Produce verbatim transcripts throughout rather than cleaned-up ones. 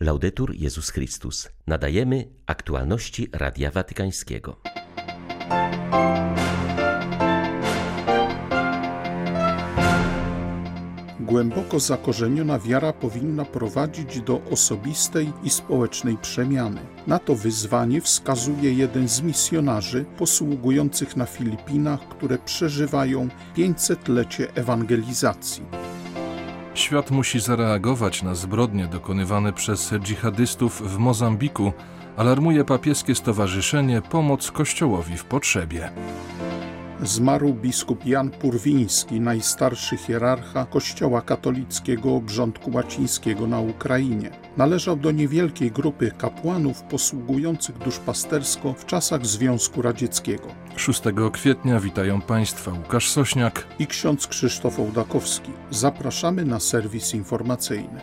Laudetur Jezus Chrystus. Nadajemy aktualności Radia Watykańskiego. Głęboko zakorzeniona wiara powinna prowadzić do osobistej i społecznej przemiany. Na to wyzwanie wskazuje jeden z misjonarzy posługujących na Filipinach, które przeżywają pięćsetlecie ewangelizacji. Świat musi zareagować na zbrodnie dokonywane przez dżihadystów w Mozambiku, alarmuje papieskie stowarzyszenie Pomoc Kościołowi w Potrzebie. Zmarł biskup Jan Purwiński, najstarszy hierarcha Kościoła katolickiego obrządku łacińskiego na Ukrainie. Należał do niewielkiej grupy kapłanów posługujących duszpastersko w czasach Związku Radzieckiego. szóstego kwietnia witają Państwa Łukasz Sośniak i ksiądz Krzysztof Ołdakowski. Zapraszamy na serwis informacyjny.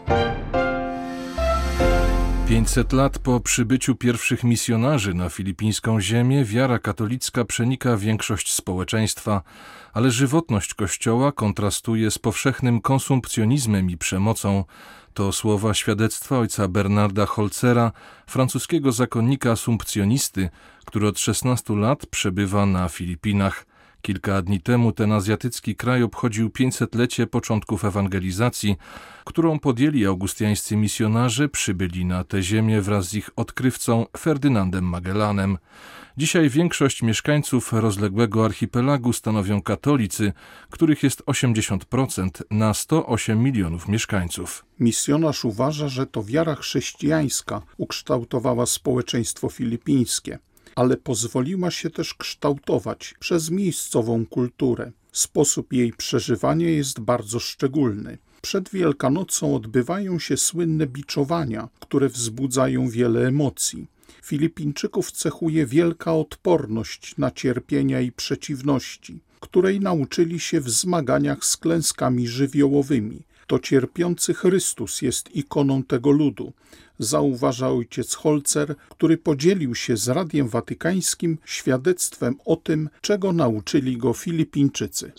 pięćset lat po przybyciu pierwszych misjonarzy na filipińską ziemię wiara katolicka przenika większość społeczeństwa, ale żywotność Kościoła kontrastuje z powszechnym konsumpcjonizmem i przemocą. To słowa świadectwa ojca Bernarda Holzera, francuskiego zakonnika asumpcjonisty, który od szesnastu lat przebywa na Filipinach. Kilka dni temu ten azjatycki kraj obchodził pięćsetlecie początków ewangelizacji, którą podjęli augustiańscy misjonarze, przybyli na tę ziemię wraz z ich odkrywcą Ferdynandem Magellanem. Dzisiaj większość mieszkańców rozległego archipelagu stanowią katolicy, których jest osiemdziesiąt procent na sto osiem milionów mieszkańców. Misjonarz uważa, że to wiara chrześcijańska ukształtowała społeczeństwo filipińskie, ale pozwoliła się też kształtować przez miejscową kulturę. Sposób jej przeżywania jest bardzo szczególny. Przed Wielkanocą odbywają się słynne biczowania, które wzbudzają wiele emocji. Filipińczyków cechuje wielka odporność na cierpienia i przeciwności, której nauczyli się w zmaganiach z klęskami żywiołowymi. To cierpiący Chrystus jest ikoną tego ludu, zauważa ojciec Holzer, który podzielił się z Radiem Watykańskim świadectwem o tym, czego nauczyli go Filipińczycy.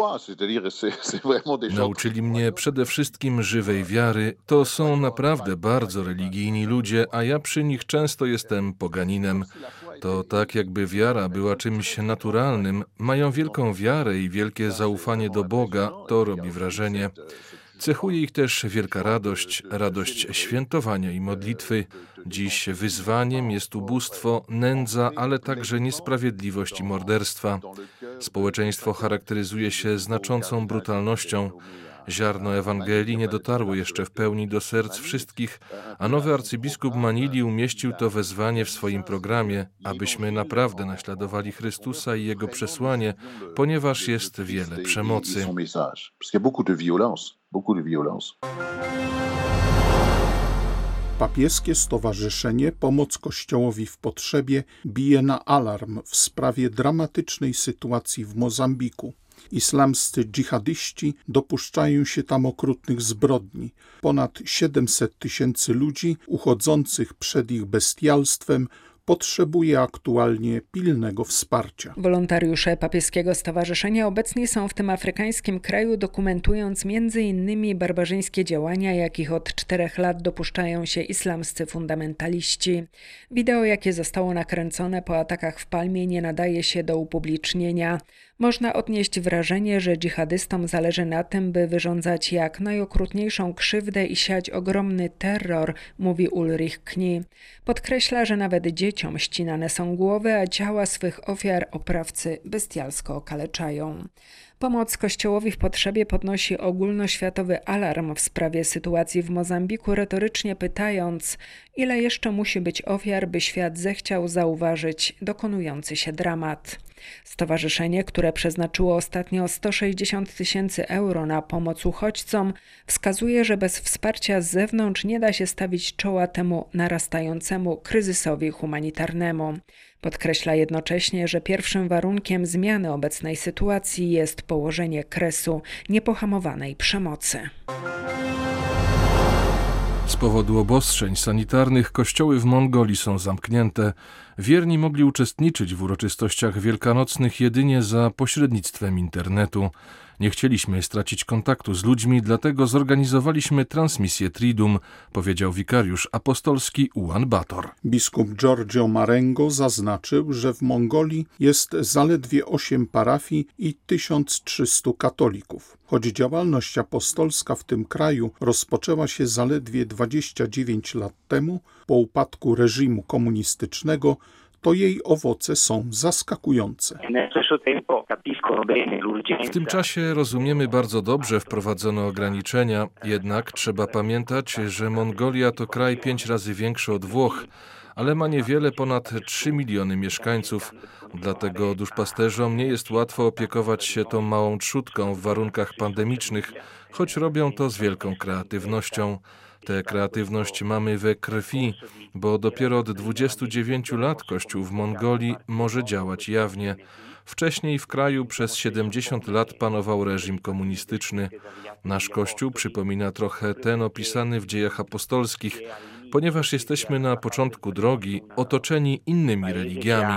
Nauczyli mnie przede wszystkim żywej wiary. To są naprawdę bardzo religijni ludzie, a ja przy nich często jestem poganinem. To tak, jakby wiara była czymś naturalnym. Mają wielką wiarę i wielkie zaufanie do Boga. To robi wrażenie. Cechuje ich też wielka radość, radość świętowania i modlitwy. Dziś wyzwaniem jest ubóstwo, nędza, ale także niesprawiedliwość i morderstwa. Społeczeństwo charakteryzuje się znaczącą brutalnością. Ziarno Ewangelii nie dotarło jeszcze w pełni do serc wszystkich, a nowy arcybiskup Manili umieścił to wezwanie w swoim programie, abyśmy naprawdę naśladowali Chrystusa i Jego przesłanie, ponieważ jest wiele przemocy. Papieskie Stowarzyszenie Pomoc Kościołowi w Potrzebie bije na alarm w sprawie dramatycznej sytuacji w Mozambiku. Islamscy dżihadyści dopuszczają się tam okrutnych zbrodni. Ponad siedemset tysięcy ludzi uchodzących przed ich bestialstwem potrzebuje aktualnie pilnego wsparcia. Wolontariusze papieskiego stowarzyszenia obecni są w tym afrykańskim kraju, dokumentując między innymi barbarzyńskie działania, jakich od czterech lat dopuszczają się islamscy fundamentaliści. Wideo, jakie zostało nakręcone po atakach w Palmie, nie nadaje się do upublicznienia. Można odnieść wrażenie, że dżihadystom zależy na tym, by wyrządzać jak najokrutniejszą krzywdę i siać ogromny terror, mówi Ulrich Knie. Podkreśla, że nawet dzieciom ścinane są głowy, a ciała swych ofiar oprawcy bestialsko okaleczają. Pomoc Kościołowi w Potrzebie podnosi ogólnoświatowy alarm w sprawie sytuacji w Mozambiku, retorycznie pytając, ile jeszcze musi być ofiar, by świat zechciał zauważyć dokonujący się dramat. Stowarzyszenie, które przeznaczyło ostatnio sto sześćdziesiąt tysięcy euro na pomoc uchodźcom, wskazuje, że bez wsparcia z zewnątrz nie da się stawić czoła temu narastającemu kryzysowi humanitarnemu. Podkreśla jednocześnie, że pierwszym warunkiem zmiany obecnej sytuacji jest położenie kresu niepohamowanej przemocy. Z powodu obostrzeń sanitarnych kościoły w Mongolii są zamknięte. Wierni mogli uczestniczyć w uroczystościach wielkanocnych jedynie za pośrednictwem internetu. Nie chcieliśmy stracić kontaktu z ludźmi, dlatego zorganizowaliśmy transmisję Triduum, powiedział wikariusz apostolski Ułan Bator. Biskup Giorgio Marengo zaznaczył, że w Mongolii jest zaledwie osiem parafii i tysiąc trzysta katolików. Choć działalność apostolska w tym kraju rozpoczęła się zaledwie dwadzieścia dziewięć lat temu, po upadku reżimu komunistycznego, to jej owoce są zaskakujące. W tym czasie rozumiemy bardzo dobrze wprowadzone ograniczenia, jednak trzeba pamiętać, że Mongolia to kraj pięć razy większy od Włoch, ale ma niewiele ponad trzy miliony mieszkańców. Dlatego duszpasterzom nie jest łatwo opiekować się tą małą trzódką w warunkach pandemicznych, choć robią to z wielką kreatywnością. Tę kreatywność mamy we krwi, bo dopiero od dwudziestu dziewięciu lat Kościół w Mongolii może działać jawnie. Wcześniej w kraju przez siedemdziesiąt lat panował reżim komunistyczny. Nasz Kościół przypomina trochę ten opisany w dziejach apostolskich, ponieważ jesteśmy na początku drogi, otoczeni innymi religiami.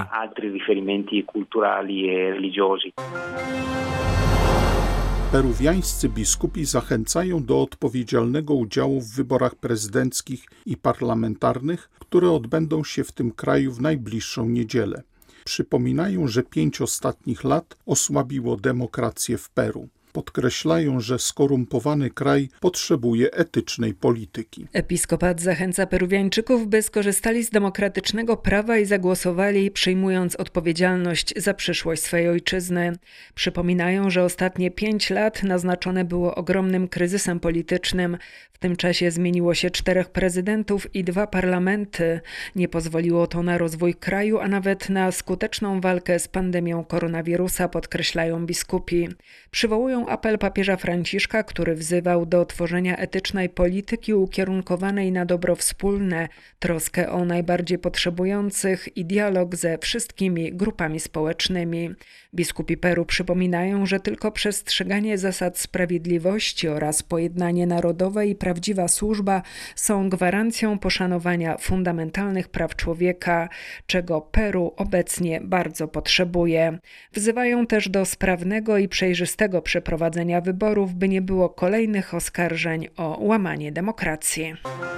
Peruwiańscy biskupi zachęcają do odpowiedzialnego udziału w wyborach prezydenckich i parlamentarnych, które odbędą się w tym kraju w najbliższą niedzielę. Przypominają, że pięć ostatnich lat osłabiło demokrację w Peru. Podkreślają, że skorumpowany kraj potrzebuje etycznej polityki. Episkopat zachęca Peruwiańczyków, by skorzystali z demokratycznego prawa i zagłosowali, przyjmując odpowiedzialność za przyszłość swojej ojczyzny. Przypominają, że ostatnie pięć lat naznaczone było ogromnym kryzysem politycznym. W tym czasie zmieniło się czterech prezydentów i dwa parlamenty. Nie pozwoliło to na rozwój kraju, a nawet na skuteczną walkę z pandemią koronawirusa, podkreślają biskupi. Przywołują apel papieża Franciszka, który wzywał do tworzenia etycznej polityki ukierunkowanej na dobro wspólne, troskę o najbardziej potrzebujących i dialog ze wszystkimi grupami społecznymi. Biskupi Peru przypominają, że tylko przestrzeganie zasad sprawiedliwości oraz pojednanie narodowe i prawdziwa służba są gwarancją poszanowania fundamentalnych praw człowieka, czego Peru obecnie bardzo potrzebuje. Wzywają też do sprawnego i przejrzystego przeprowadzenia wyborów, by nie było kolejnych oskarżeń o łamanie demokracji.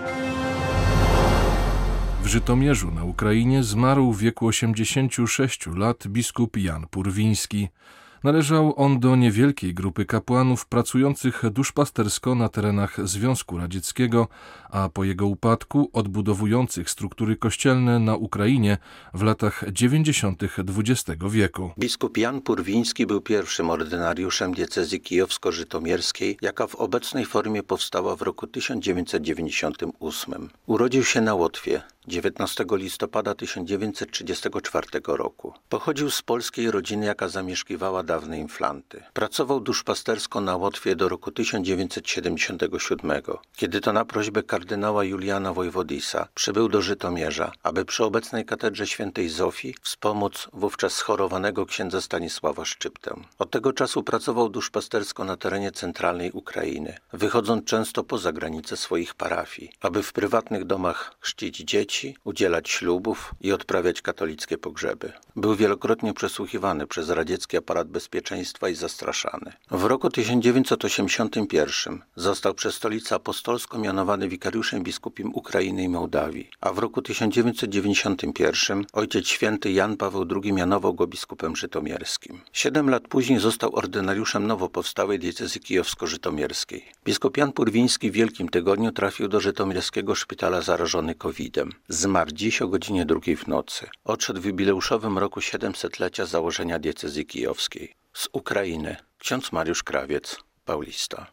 W Żytomierzu na Ukrainie zmarł w wieku osiemdziesięciu sześciu lat biskup Jan Purwiński. Należał on do niewielkiej grupy kapłanów pracujących duszpastersko na terenach Związku Radzieckiego, a po jego upadku odbudowujących struktury kościelne na Ukrainie w latach dziewięćdziesiątych dwudziestego wieku. Biskup Jan Purwiński był pierwszym ordynariuszem diecezji kijowsko-żytomierskiej, jaka w obecnej formie powstała w roku tysiąc dziewięćset dziewięćdziesiątym ósmym. Urodził się na Łotwie dziewiętnastego listopada tysiąc dziewięćset trzydziestego czwartego roku. Pochodził z polskiej rodziny, jaka zamieszkiwała dawne Inflanty. Pracował duszpastersko na Łotwie do roku tysiąc dziewięćset siedemdziesiątego siódmego, kiedy to na prośbę kardynała Juliana Wojwodisa przybył do Żytomierza, aby przy obecnej katedrze świętej Zofii wspomóc wówczas schorowanego księdza Stanisława Szczyptę. Od tego czasu pracował duszpastersko na terenie centralnej Ukrainy, wychodząc często poza granice swoich parafii, aby w prywatnych domach chrzcić dzieci, udzielać ślubów i odprawiać katolickie pogrzeby. Był wielokrotnie przesłuchiwany przez radziecki aparat bezpieczeństwa i zastraszany. W roku tysiąc dziewięćset osiemdziesiątym pierwszym został przez Stolicę Apostolską mianowany wikariuszem biskupim Ukrainy i Mołdawii, a w roku tysiąc dziewięćset dziewięćdziesiątym pierwszym ojciec święty Jan Paweł drugi mianował go biskupem żytomierskim. Siedem lat później został ordynariuszem nowo powstałej diecezji kijowsko-żytomierskiej. Biskup Jan Purwiński w Wielkim Tygodniu trafił do żytomierskiego szpitala zarażony kowidem. Zmarł dziś o godzinie drugiej w nocy. Odszedł w jubileuszowym roku siedemsetlecia założenia diecezji kijowskiej. Z Ukrainy ksiądz Mariusz Krawiec, Paulista.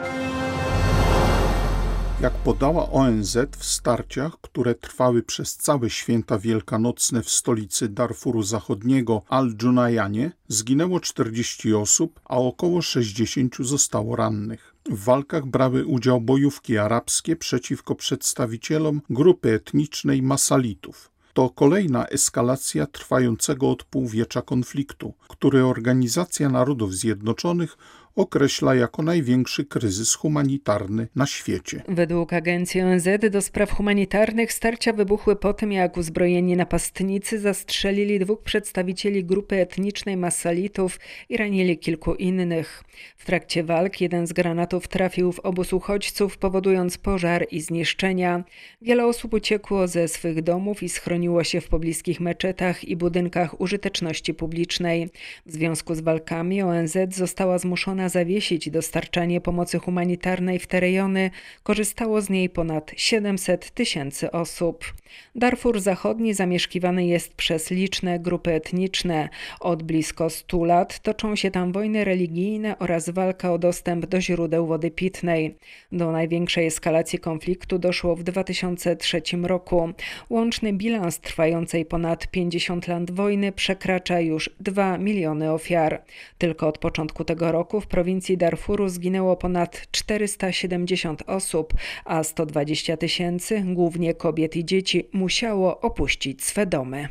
Jak podała O N Z, w starciach, które trwały przez całe święta wielkanocne w stolicy Darfuru Zachodniego Al-Dżunajanie, zginęło czterdzieści osób, a około sześćdziesięciu zostało rannych. W walkach brały udział bojówki arabskie przeciwko przedstawicielom grupy etnicznej Masalitów. To kolejna eskalacja trwającego od półwiecza konfliktu, który Organizacja Narodów Zjednoczonych określa jako największy kryzys humanitarny na świecie. Według agencji O N Z do spraw humanitarnych starcia wybuchły po tym, jak uzbrojeni napastnicy zastrzelili dwóch przedstawicieli grupy etnicznej Masalitów i ranili kilku innych. W trakcie walk jeden z granatów trafił w obóz uchodźców, powodując pożar i zniszczenia. Wiele osób uciekło ze swych domów i schroniło się w pobliskich meczetach i budynkach użyteczności publicznej. W związku z walkami O N Z została zmuszona zawiesić dostarczanie pomocy humanitarnej w te rejony. Korzystało z niej ponad siedemset tysięcy osób. Darfur Zachodni zamieszkiwany jest przez liczne grupy etniczne. Od blisko stu lat toczą się tam wojny religijne oraz walka o dostęp do źródeł wody pitnej. Do największej eskalacji konfliktu doszło w dwa tysiące trzecim roku. Łączny bilans trwającej ponad pięćdziesiąt lat wojny przekracza już dwa miliony ofiar. Tylko od początku tego roku w prowincji Darfuru zginęło ponad czterysta siedemdziesiąt osób, a sto dwadzieścia tysięcy, głównie kobiet i dzieci, musiało opuścić swe domy.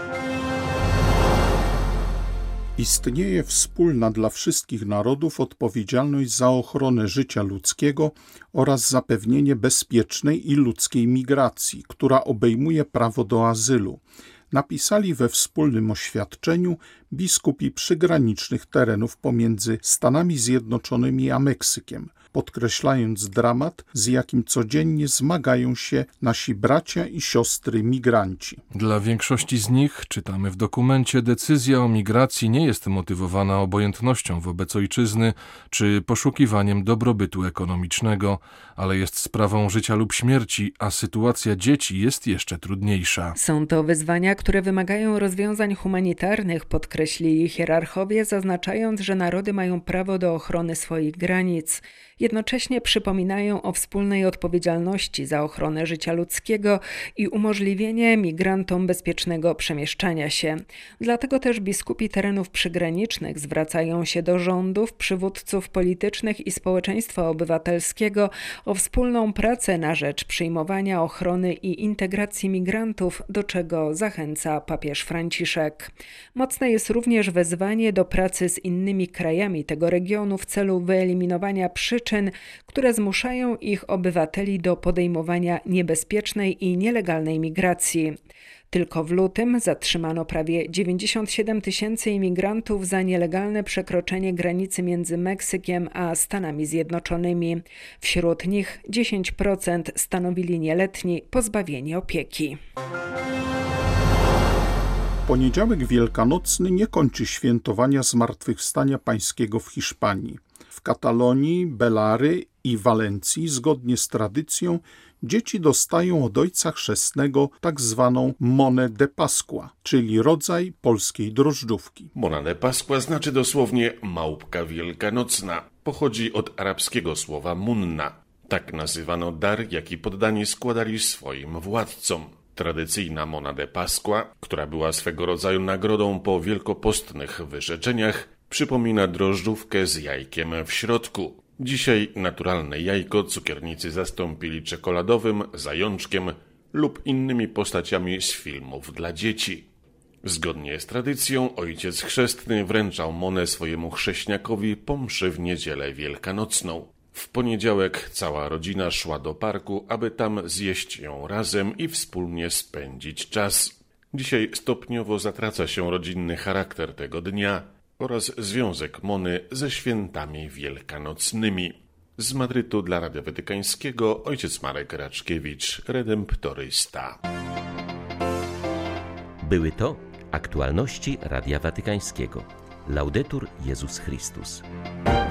Istnieje wspólna dla wszystkich narodów odpowiedzialność za ochronę życia ludzkiego oraz zapewnienie bezpiecznej i ludzkiej migracji, która obejmuje prawo do azylu. Napisali we wspólnym oświadczeniu biskupi przygranicznych terenów pomiędzy Stanami Zjednoczonymi a Meksykiem, podkreślając dramat, z jakim codziennie zmagają się nasi bracia i siostry migranci. Dla większości z nich, czytamy w dokumencie, decyzja o migracji nie jest motywowana obojętnością wobec ojczyzny czy poszukiwaniem dobrobytu ekonomicznego, ale jest sprawą życia lub śmierci, a sytuacja dzieci jest jeszcze trudniejsza. Są to wyzwania, które wymagają rozwiązań humanitarnych, podkreślili hierarchowie, zaznaczając, że narody mają prawo do ochrony swoich granic. Jednocześnie przypominają o wspólnej odpowiedzialności za ochronę życia ludzkiego i umożliwienie migrantom bezpiecznego przemieszczania się. Dlatego też biskupi terenów przygranicznych zwracają się do rządów, przywódców politycznych i społeczeństwa obywatelskiego o wspólną pracę na rzecz przyjmowania, ochrony i integracji migrantów, do czego zachęca papież Franciszek. Mocne jest również wezwanie do pracy z innymi krajami tego regionu w celu wyeliminowania przyczyn, które zmuszają ich obywateli do podejmowania niebezpiecznej i nielegalnej migracji. Tylko w lutym zatrzymano prawie dziewięćdziesiąt siedem tysięcy imigrantów za nielegalne przekroczenie granicy między Meksykiem a Stanami Zjednoczonymi. Wśród nich dziesięć procent stanowili nieletni pozbawieni opieki. Poniedziałek wielkanocny nie kończy świętowania Zmartwychwstania Pańskiego w Hiszpanii. W Katalonii, Belary i Walencji, zgodnie z tradycją, dzieci dostają od Ojca Chrzestnego tak zwaną Monę de Pascua, czyli rodzaj polskiej drożdżówki. Mona de Pascua znaczy dosłownie małpka wielkanocna. Pochodzi od arabskiego słowa munna. Tak nazywano dar, jaki poddani składali swoim władcom. Tradycyjna Mona de Pascua, która była swego rodzaju nagrodą po wielkopostnych wyrzeczeniach, przypomina drożdżówkę z jajkiem w środku. Dzisiaj naturalne jajko cukiernicy zastąpili czekoladowym, zajączkiem lub innymi postaciami z filmów dla dzieci. Zgodnie z tradycją ojciec chrzestny wręczał monę swojemu chrześniakowi po mszy w niedzielę wielkanocną. W poniedziałek cała rodzina szła do parku, aby tam zjeść ją razem i wspólnie spędzić czas. Dzisiaj stopniowo zatraca się rodzinny charakter tego dnia oraz związek Mony ze świętami wielkanocnymi. Z Madrytu dla Radia Watykańskiego ojciec Marek Raczkiewicz, redemptorysta. Były to aktualności Radia Watykańskiego. Laudetur Jezus Chrystus.